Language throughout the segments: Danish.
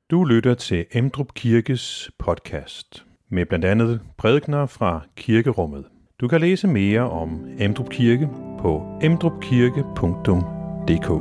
Du lytter til Emdrup Kirkes podcast med blandt andet prædikener fra kirkerummet. Du kan læse mere om Emdrup Kirke på emdrupkirke.dk.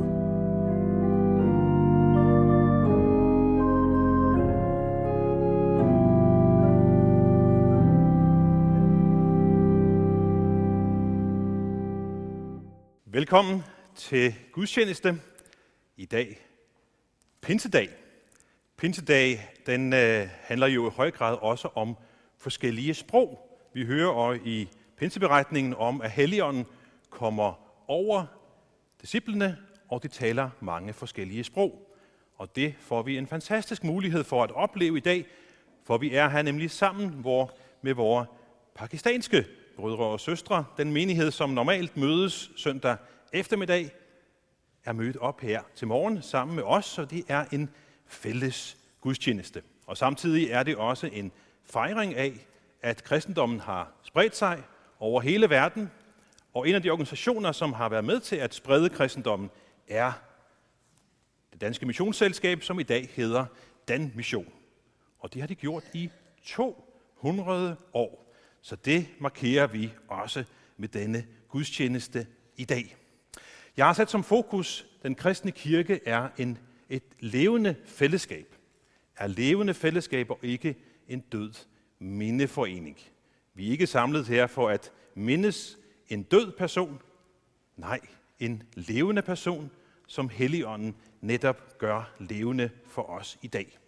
Velkommen til gudstjeneste i dag, Pinsedag. Pinsedag, den handler jo i høj grad også om forskellige sprog. Vi hører i pinseberetningen om, at Helligånden kommer over disciplene, og de taler mange forskellige sprog. Og det får vi en fantastisk mulighed for at opleve i dag, for vi er her nemlig sammen med vores pakistanske brødre og søstre. Den menighed, som normalt mødes søndag eftermiddag, er mødt op her til morgen sammen med os, så det er en fælles gudstjeneste. Og samtidig er det også en fejring af, at kristendommen har spredt sig over hele verden, og en af de organisationer, som har været med til at sprede kristendommen, er det danske missionsselskab, som i dag hedder Dan Mission. Og det har de gjort i 200 år. Så det markerer vi også med denne gudstjeneste i dag. Jeg har sat som fokus, den kristne kirke er et levende fællesskab. Er levende fællesskab og ikke en død mindeforening. Vi er ikke samlet her for at mindes en død person. Nej, en levende person, som Helligånden netop gør levende for os i dag.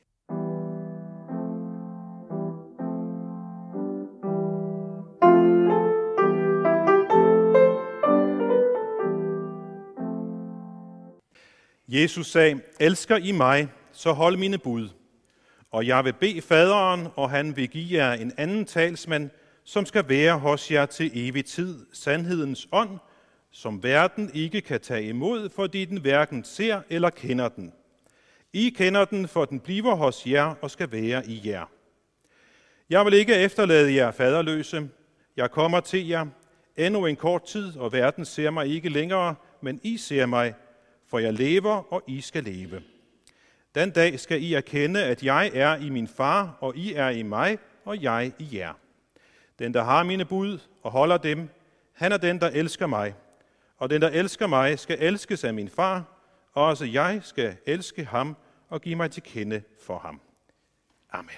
Jesus sagde, elsker I mig, så hold mine bud. Og jeg vil bede faderen, og han vil give jer en anden talsmand, som skal være hos jer til evig tid, sandhedens ånd, som verden ikke kan tage imod, fordi den hverken ser eller kender den. I kender den, for den bliver hos jer og skal være i jer. Jeg vil ikke efterlade jer faderløse. Jeg kommer til jer endnu en kort tid, og verden ser mig ikke længere, men I ser mig, for jeg lever, og I skal leve. Den dag skal I erkende, at jeg er i min far, og I er i mig, og jeg i jer. Den, der har mine bud og holder dem, han er den, der elsker mig. Og den, der elsker mig, skal elskes af min far, og også jeg skal elske ham og give mig til kende for ham. Amen.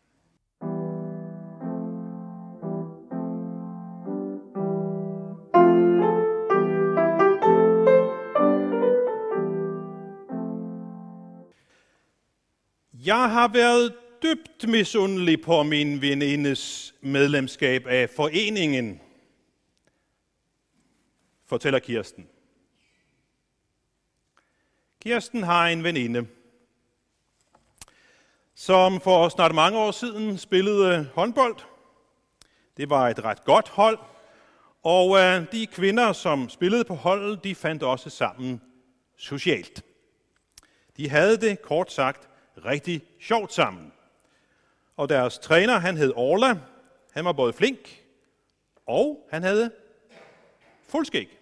Jeg har været dybt misundelig på min venindes medlemskab af foreningen, fortæller Kirsten. Kirsten har en veninde, som for snart mange år siden spillede håndbold. Det var et ret godt hold, og de kvinder, som spillede på holdet, de fandt også sammen socialt. De havde det, kort sagt, rigtig sjovt sammen. Og deres træner, han hed Orla. Han var både flink, og han havde fuldskæg.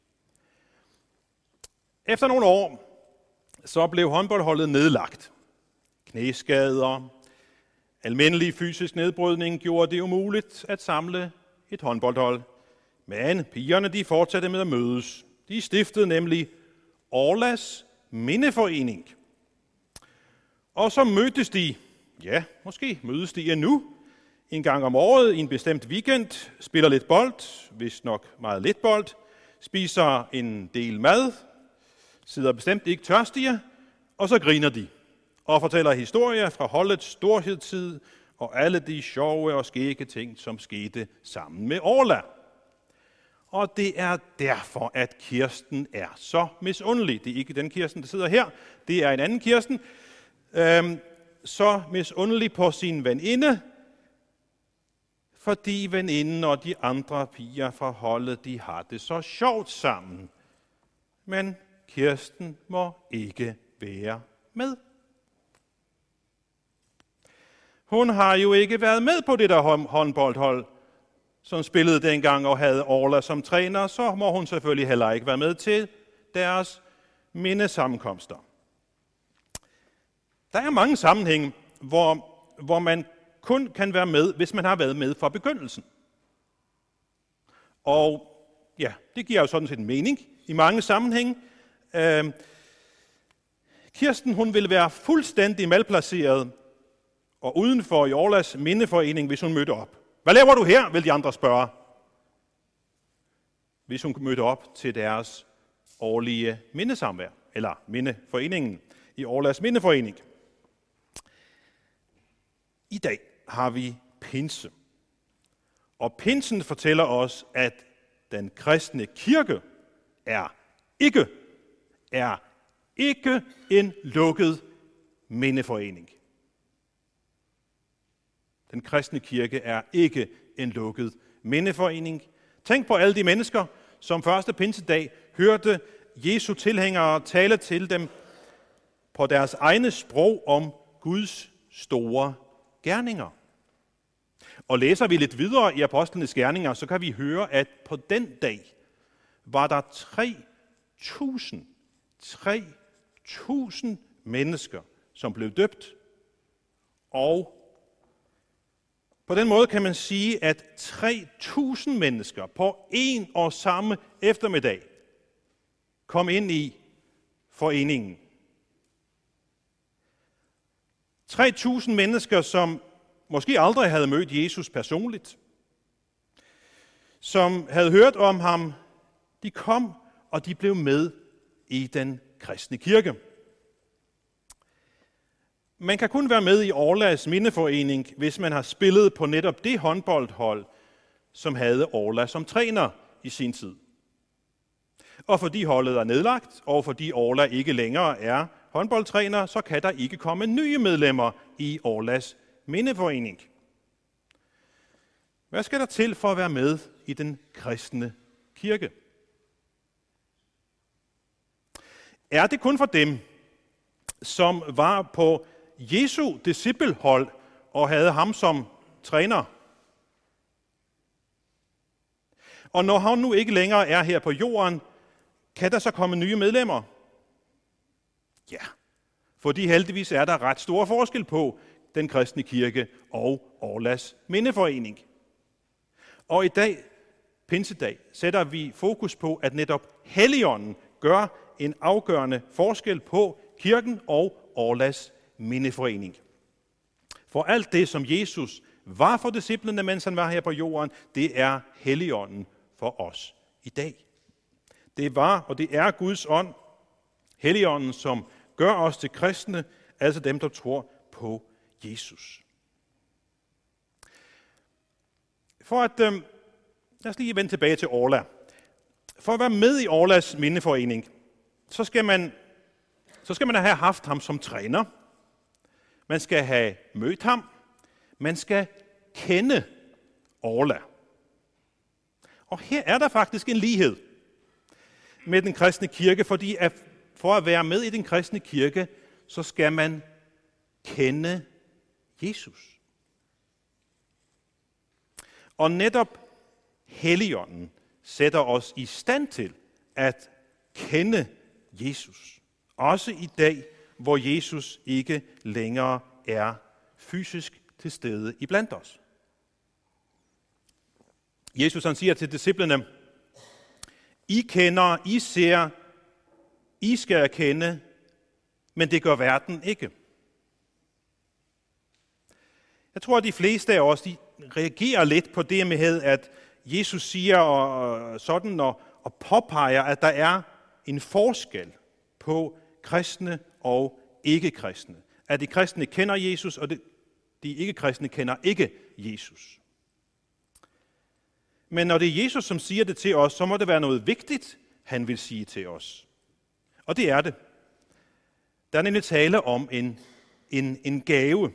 Efter nogle år, så blev håndboldholdet nedlagt. Knæskader, almindelig fysisk nedbrydning gjorde det umuligt at samle et håndboldhold. Men pigerne, de fortsatte med at mødes. De stiftede nemlig Orlas Mindeforening. Og så mødtes de, ja, måske mødes de endnu, en gang om året i en bestemt weekend, spiller lidt bold, vist nok meget lidt bold, spiser en del mad, sidder bestemt ikke tørstige, og så griner de og fortæller historier fra holdets storhedstid og alle de sjove og skægge ting, som skete sammen med Orla. Og det er derfor, at Kirsten er så misundelig. Det er ikke den Kirsten, der sidder her, det er en anden Kirsten, så misundelig på sin veninde, fordi veninden og de andre piger fra holdet, de har det så sjovt sammen. Men Kirsten må ikke være med. Hun har jo ikke været med på det der håndboldhold, som spillede dengang og havde Orla som træner, så må hun selvfølgelig heller ikke være med til deres mindesammenkomster. Der er mange sammenhænge, hvor man kun kan være med, hvis man har været med fra begyndelsen. Og ja, det giver jo sådan set en mening i mange sammenhænge. Kirsten, hun ville være fuldstændig malplaceret og udenfor i Orlas mindeforening, hvis hun mødte op. Hvad laver du her, vil de andre spørge, hvis hun mødte op til deres årlige mindesamvær, eller mindeforeningen i Orlas mindeforening. I dag har vi pinse. Og pinsen fortæller os, at den kristne kirke er ikke en lukket mindeforening. Den kristne kirke er ikke en lukket mindeforening. Tænk på alle de mennesker, som første pinsedag hørte Jesu tilhængere tale til dem på deres egne sprog om Guds store gerninger. Og læser vi lidt videre i apostlenes gerninger, så kan vi høre, at på den dag var der 3.000 mennesker, som blev døbt. Og på den måde kan man sige, at 3.000 mennesker på en og samme eftermiddag kom ind i foreningen. 3.000 mennesker, som måske aldrig havde mødt Jesus personligt, som havde hørt om ham, de kom, og de blev med i den kristne kirke. Man kan kun være med i Orlas mindeforening, hvis man har spillet på netop det håndboldhold, som havde Orla som træner i sin tid. Og fordi holdet er nedlagt, og fordi Orla ikke længere er håndboldtræner, så kan der ikke komme nye medlemmer i Orlas mindeforening. Hvad skal der til for at være med i den kristne kirke? Er det kun for dem, som var på Jesu disciplehold og havde ham som træner? Og når han nu ikke længere er her på jorden, kan der så komme nye medlemmer? Ja, fordi heldigvis er der ret stor forskel på den kristne kirke og Orlas mindeforening. Og i dag, pinsedag, sætter vi fokus på, at netop Helligånden gør en afgørende forskel på kirken og Orlas mindeforening. For alt det, som Jesus var for disciplene, mens han var her på jorden, det er Helligånden for os i dag. Det var, og det er Guds ånd, Helligånden, som gør os til kristne, altså dem, der tror på Jesus. For at, lad os lige vende tilbage til Orla. For at være med i Orlas mindeforening, så skal man have haft ham som træner. Man skal have mødt ham. Man skal kende Orla. Og her er der faktisk en lighed med den kristne kirke, fordi for at være med i den kristne kirke, så skal man kende Jesus. Og netop Helligånden sætter os i stand til at kende Jesus. Også i dag, hvor Jesus ikke længere er fysisk til stede iblandt os. Jesus han siger til disciplene, I kender, I ser, I skal erkende, men det gør verden ikke. Jeg tror, at de fleste af os, de reagerer lidt på det med, at Jesus siger og sådan og påpeger, at der er en forskel på kristne og ikke-kristne. At de kristne kender Jesus, og de ikke-kristne kender ikke Jesus. Men når det er Jesus, som siger det til os, så må det være noget vigtigt, han vil sige til os. Og det er det. Der er nemlig tale om en gave.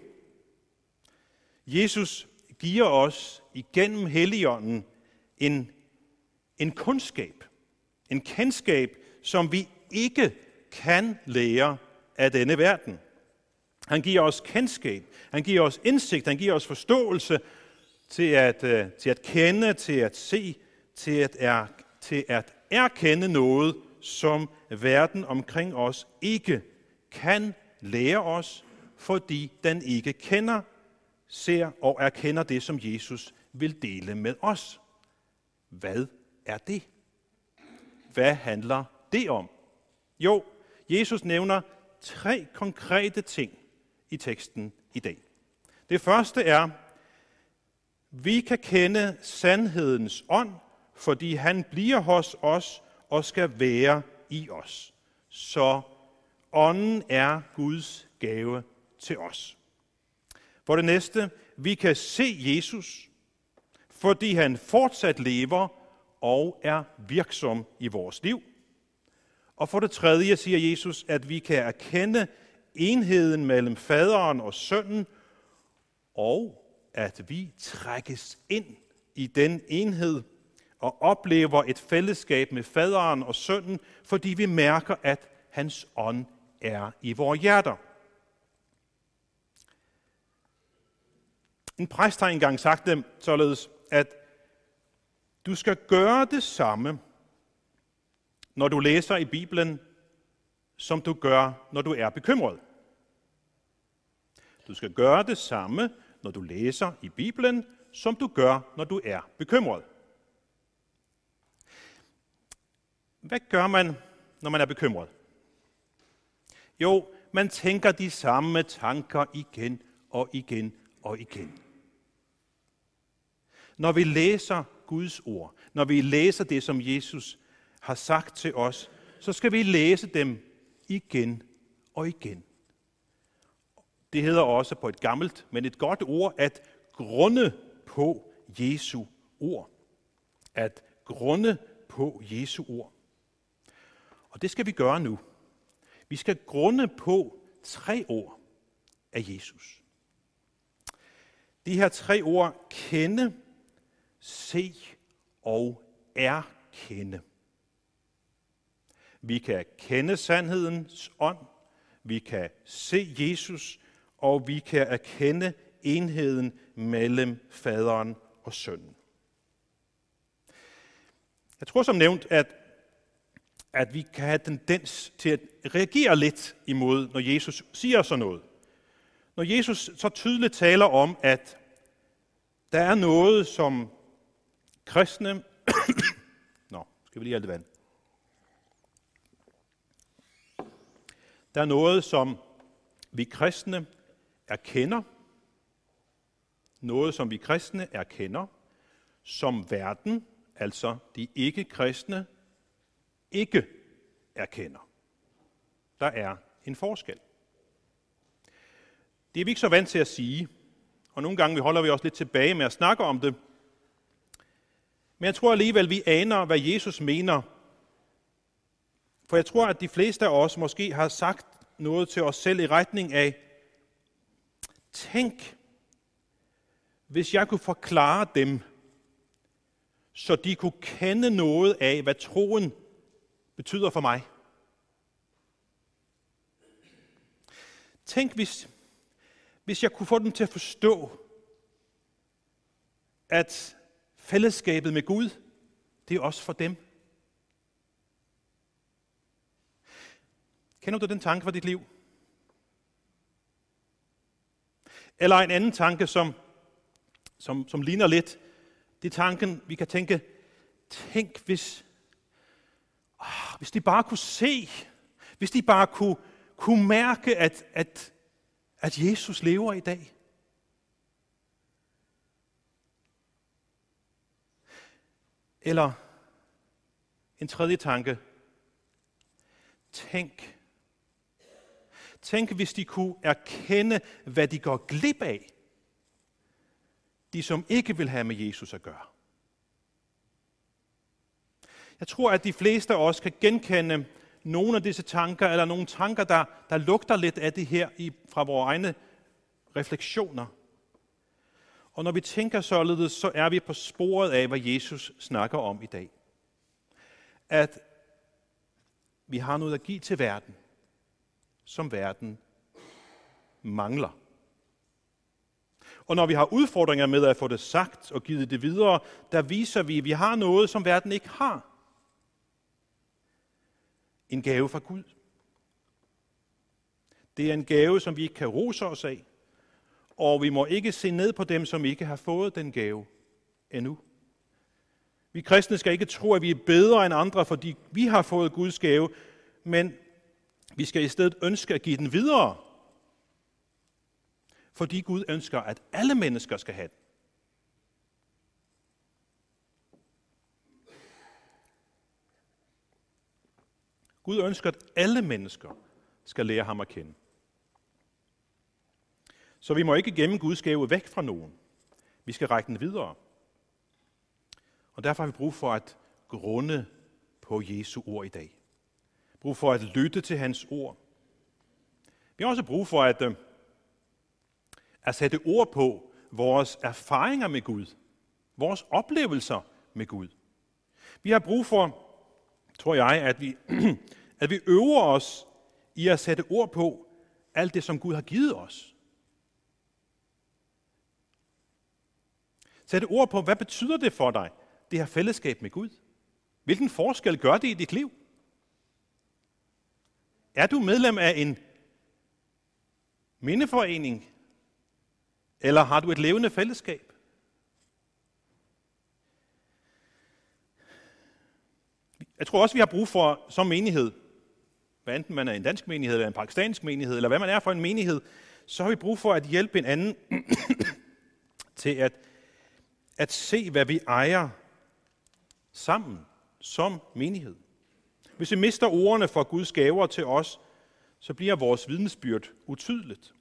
Jesus giver os igennem Helligånden en kundskab, en kendskab, som vi ikke kan lære af denne verden. Han giver os kendskab, han giver os indsigt, han giver os forståelse til at kende, til at se, til at erkende noget, som verden omkring os ikke kan lære os fordi den ikke kender, ser og erkender det, som Jesus vil dele med os. Hvad er det? Hvad handler det om? Jo, Jesus nævner 3 konkrete ting i teksten i dag. Det første er, vi kan kende sandhedens ånd, fordi han bliver hos os og skal være i os. Så ånden er Guds gave til os. For det næste, vi kan se Jesus, fordi han fortsat lever og er virksom i vores liv. Og for det tredje siger Jesus, at vi kan erkende enheden mellem faderen og sønnen, og at vi trækkes ind i den enhed og oplever et fællesskab med faderen og sønnen, fordi vi mærker, at hans ånd er i vores hjerter. En præst har engang sagt dem således, at du skal gøre det samme, når du læser i Bibelen, som du gør, når du er bekymret. Du skal gøre det samme, når du læser i Bibelen, som du gør, når du er bekymret. Hvad gør man, når man er bekymret? Jo, man tænker de samme tanker igen og igen og igen. Når vi læser Guds ord, når vi læser det, som Jesus har sagt til os, så skal vi læse dem igen og igen. Det hedder også på et gammelt, men et godt ord, at grunde på Jesu ord. At grunde på Jesu ord. Og det skal vi gøre nu. Vi skal grunde på 3 ord af Jesus. De her 3 ord, kende, se og erkende. Vi kan kende sandhedens ånd, vi kan se Jesus, og vi kan erkende enheden mellem faderen og sønnen. Jeg tror som nævnt, at vi kan have tendens til at reagere lidt imod, når Jesus siger sådan noget. Når Jesus så tydeligt taler om, at der er noget, som kristne... skal vi lige have lidt vand? Der er noget, som vi kristne erkender. Noget, som vi kristne erkender, som verden, altså de ikke-kristne, ikke erkender. Der er en forskel. Det er vi ikke så vant til at sige, og nogle gange holder vi også lidt tilbage med at snakke om det. Men jeg tror alligevel, vi aner, hvad Jesus mener. For jeg tror, at de fleste af os måske har sagt noget til os selv i retning af, tænk, hvis jeg kunne forklare dem, så de kunne kende noget af, hvad troen betyder for mig. Tænk, hvis jeg kunne få dem til at forstå, at fællesskabet med Gud, det er også for dem. Kender du den tanke fra dit liv? Eller en anden tanke, som ligner lidt, det er tanken, vi kan tænke, tænk hvis de bare kunne se, hvis de bare kunne mærke, at Jesus lever i dag. Eller en tredje tanke. Tænk, hvis de kunne erkende, hvad de går glip af. De, som ikke vil have med Jesus at gøre. Jeg tror, at de fleste af os kan genkende nogle af disse tanker, eller nogle tanker, der lugter lidt af det her fra vores egne refleksioner. Og når vi tænker således, så er vi på sporet af, hvad Jesus snakker om i dag. At vi har noget at give til verden, som verden mangler. Og når vi har udfordringer med at få det sagt og givet det videre, der viser vi, at vi har noget, som verden ikke har. En gave fra Gud. Det er en gave, som vi ikke kan rose os af, og vi må ikke se ned på dem, som ikke har fået den gave endnu. Vi kristne skal ikke tro, at vi er bedre end andre, fordi vi har fået Guds gave, men vi skal i stedet ønske at give den videre, fordi Gud ønsker, at alle mennesker skal have den. Gud ønsker, at alle mennesker skal lære ham at kende. Så vi må ikke gemme Guds gave væk fra nogen. Vi skal række den videre. Og derfor har vi brug for at grunde på Jesu ord i dag. Brug for at lytte til hans ord. Vi har også brug for at sætte ord på vores erfaringer med Gud. Vores oplevelser med Gud. Vi har brug for, tror jeg, at vi øver os i at sætte ord på alt det, som Gud har givet os. Sætte ord på, hvad betyder det for dig, det her fællesskab med Gud? Hvilken forskel gør det i dit liv? Er du medlem af en mindeforening, eller har du et levende fællesskab? Jeg tror også, vi har brug for som menighed, hvad enten man er en dansk menighed, eller en pakistansk menighed, eller hvad man er for en menighed, så har vi brug for at hjælpe en anden til at se, hvad vi ejer sammen som menighed. Hvis vi mister ordene for Guds gaver til os, så bliver vores vidnesbyrd utydeligt.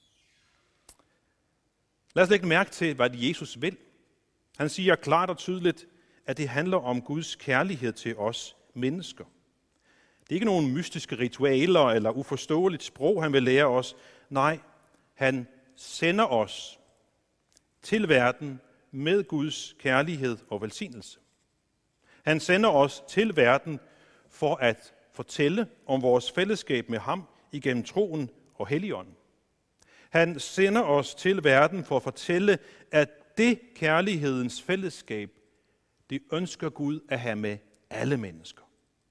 Lad os lægge mærke til, hvad Jesus vil. Han siger klart og tydeligt, at det handler om Guds kærlighed til os mennesker. Det er ikke nogen mystiske ritualer eller uforståeligt sprog, han vil lære os. Nej, han sender os til verden med Guds kærlighed og velsignelse. Han sender os til verden for at fortælle om vores fællesskab med ham igennem troen og Helligånden. Han sender os til verden for at fortælle, at det kærlighedens fællesskab, det ønsker Gud at have med alle mennesker.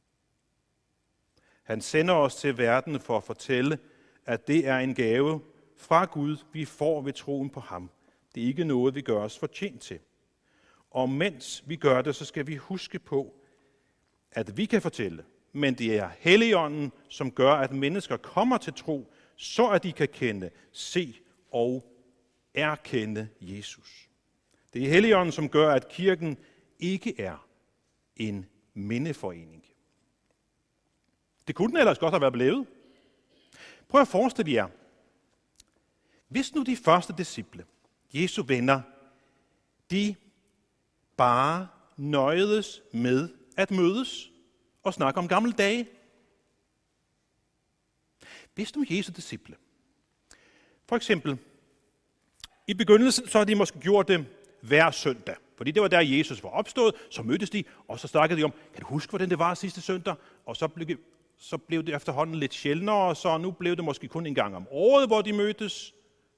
Han sender os til verden for at fortælle, at det er en gave fra Gud, vi får ved troen på ham. Det er ikke noget, vi gør os fortjent til. Og mens vi gør det, så skal vi huske på, at vi kan fortælle, men det er Helligånden, som gør, at mennesker kommer til tro, så at de kan kende, se og erkende Jesus. Det er Helligånden, som gør, at kirken ikke er en mindeforening. Det kunne den ellers godt have været blevet. Prøv at forestille jer, hvis nu de første disciple, Jesu venner, de bare nøjedes med at mødes og snakke om gamle dage. Hvis nu Jesu disciple, for eksempel, i begyndelsen så har de måske gjort det hver søndag, fordi det var der Jesus var opstået, så mødtes de, og så snakkede de om, kan du huske, hvordan det var sidste søndag? Og så blev det efterhånden lidt sjældnere, så nu blev det måske kun en gang om året, hvor de mødtes.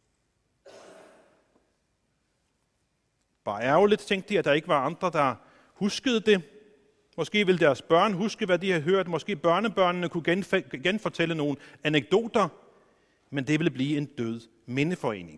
Bare ærgerligt, tænkte de, at der ikke var andre, der huskede det. Måske ville deres børn huske, hvad de havde hørt. Måske børnebørnene kunne genfortælle nogle anekdoter. Men det ville blive en død mindeforening.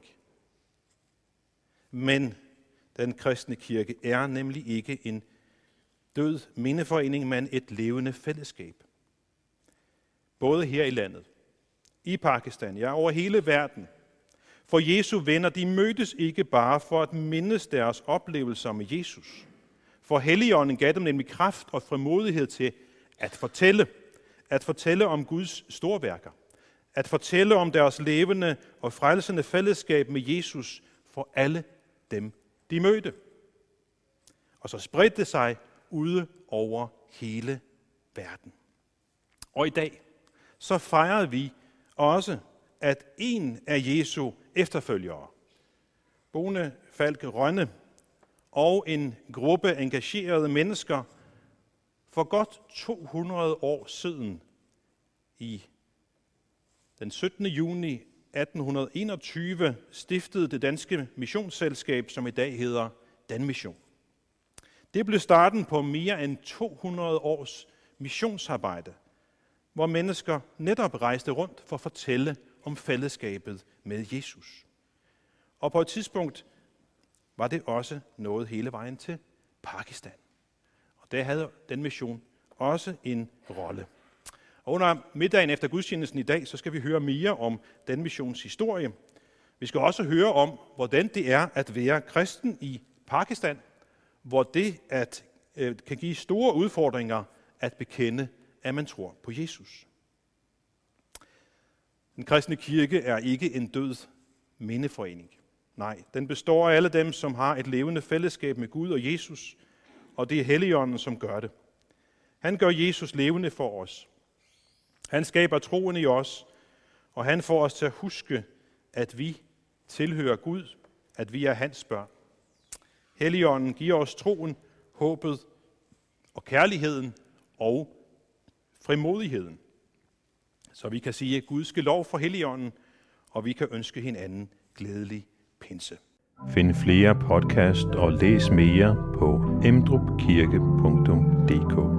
Men den kristne kirke er nemlig ikke en død mindeforening, men et levende fællesskab. Både her i landet, i Pakistan, ja, over hele verden. For Jesu venner, de mødtes ikke bare for at mindes deres oplevelser med Jesus. For Helligånden gav dem nemlig kraft og frimodighed til at fortælle om Guds storværker. At fortælle om deres levende og frelsende fællesskab med Jesus for alle dem, de mødte. Og så spredte det sig ude over hele verden. Og i dag, så fejrede vi også, at en af Jesu efterfølgere, Bone Falk Rønne, og en gruppe engagerede mennesker for godt 200 år siden, i den 17. juni 1821, stiftede det danske missionsselskab, som i dag hedder Danmission. Det blev starten på mere end 200 års missionsarbejde, hvor mennesker netop rejste rundt for at fortælle om fællesskabet med Jesus. Og på et tidspunkt var det også nået hele vejen til Pakistan. Og der havde den mission også en rolle. Og under middagen efter gudstjenesten i dag, så skal vi høre mere om den missions historie. Vi skal også høre om, hvordan det er at være kristen i Pakistan, hvor det kan give store udfordringer at bekende, at man tror på Jesus. Den kristne kirke er ikke en død mindeforening. Nej, den består af alle dem, som har et levende fællesskab med Gud og Jesus, og det er Helligånden, som gør det. Han gør Jesus levende for os. Han skaber troen i os, og han får os til at huske, at vi tilhører Gud, at vi er hans børn. Helligånden giver os troen, håbet og kærligheden og frimodigheden. Så vi kan sige Gud skal lov for Helligånden, og vi kan ønske hinanden glædelig pinse. Find flere podcast og læs mere på emdrupkirke.dk.